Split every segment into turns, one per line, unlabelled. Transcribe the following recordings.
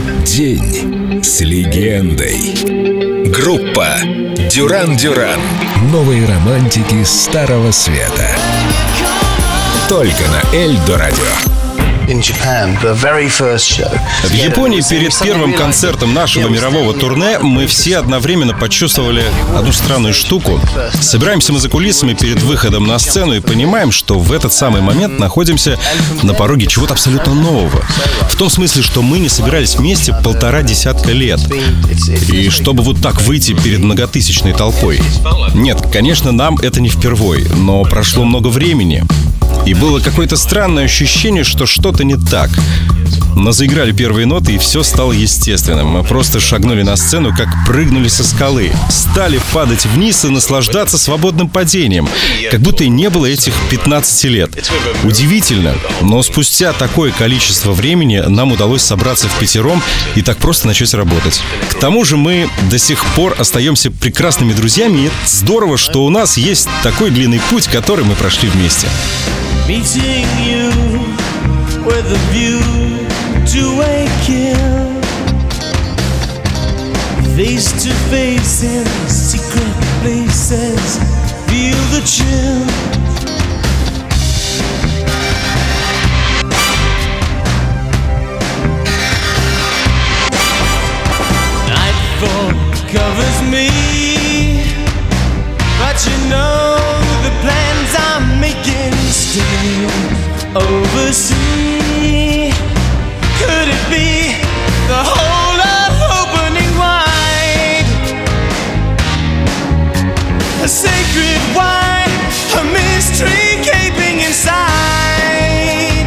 День с легендой. Группа Дюран Дюран. Новые романтики Старого Света. Только на Эльдо Радио.
В
Японии перед первым концертом нашего мирового турне мы все одновременно почувствовали одну странную штуку. Собираемся мы за кулисами перед выходом на сцену и понимаем, что в этот самый момент находимся на пороге чего-то абсолютно нового. В том смысле, что мы не собирались вместе 1,5 десятка лет. И чтобы вот так выйти перед многотысячной толпой. Нет, конечно, нам это не впервой, но прошло много времени. И было какое-то странное ощущение, что что-то не так. Но заиграли первые ноты, и все стало естественным. Мы просто шагнули на сцену, как прыгнули со скалы. Стали падать вниз и наслаждаться свободным падением. Как будто и не было этих 15 лет. Удивительно, но спустя такое количество времени нам удалось собраться впятером и так просто начать работать. К тому же мы до сих пор остаемся прекрасными друзьями, и здорово, что у нас есть такой длинный путь, который мы прошли вместе.
Meeting you with a view to a kill, face to face in secret places, feel the chill. Nightfall covers me, but you know the plans I'm making still oversee. Could it be the whole of opening wide? A sacred wine, a mystery gaping inside.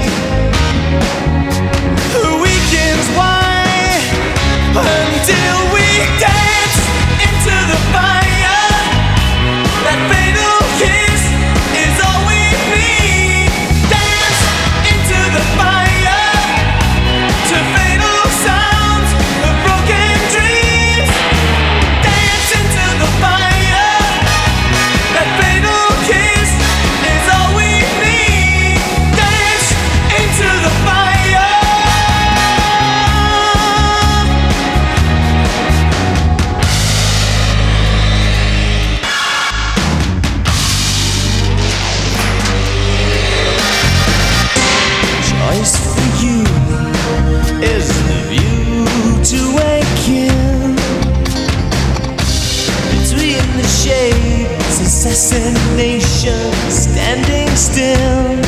The weekend's wine until we dance into the fire. That fatal kiss is all we need. Dance into the fire to fatal sounds of broken dreams. Dance into the fire. That fatal kiss is all we need. Dance into the fire. Choice for you is the view to a kill. Between the shades, assassination standing still.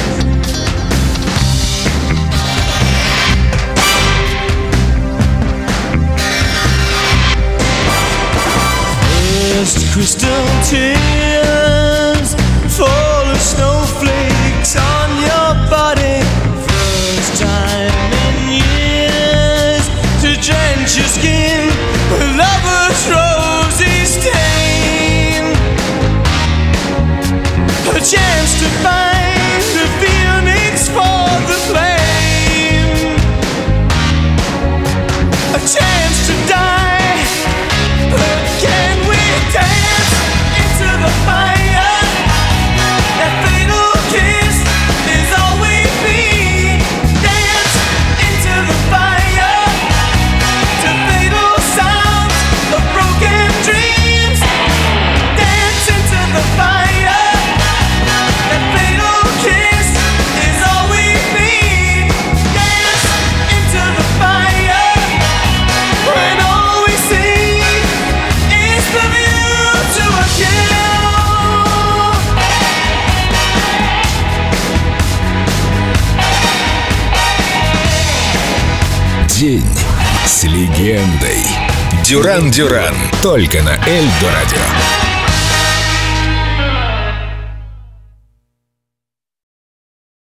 First crystal tears fall as snowflakes on your body. First time in years to drench your skin with lover's rosy stain. A chance to find the phoenix for the flame. A chance to die, but can we dance into the fire? That fatal kiss is all we need. Dance into the fire to fatal sounds of broken dreams. Dance into the fire. That fatal kiss is all we need. Dance into the fire when all we see is the view to a kill.
День с легендой. Дюран Дюран. Только на Эльдо Радио.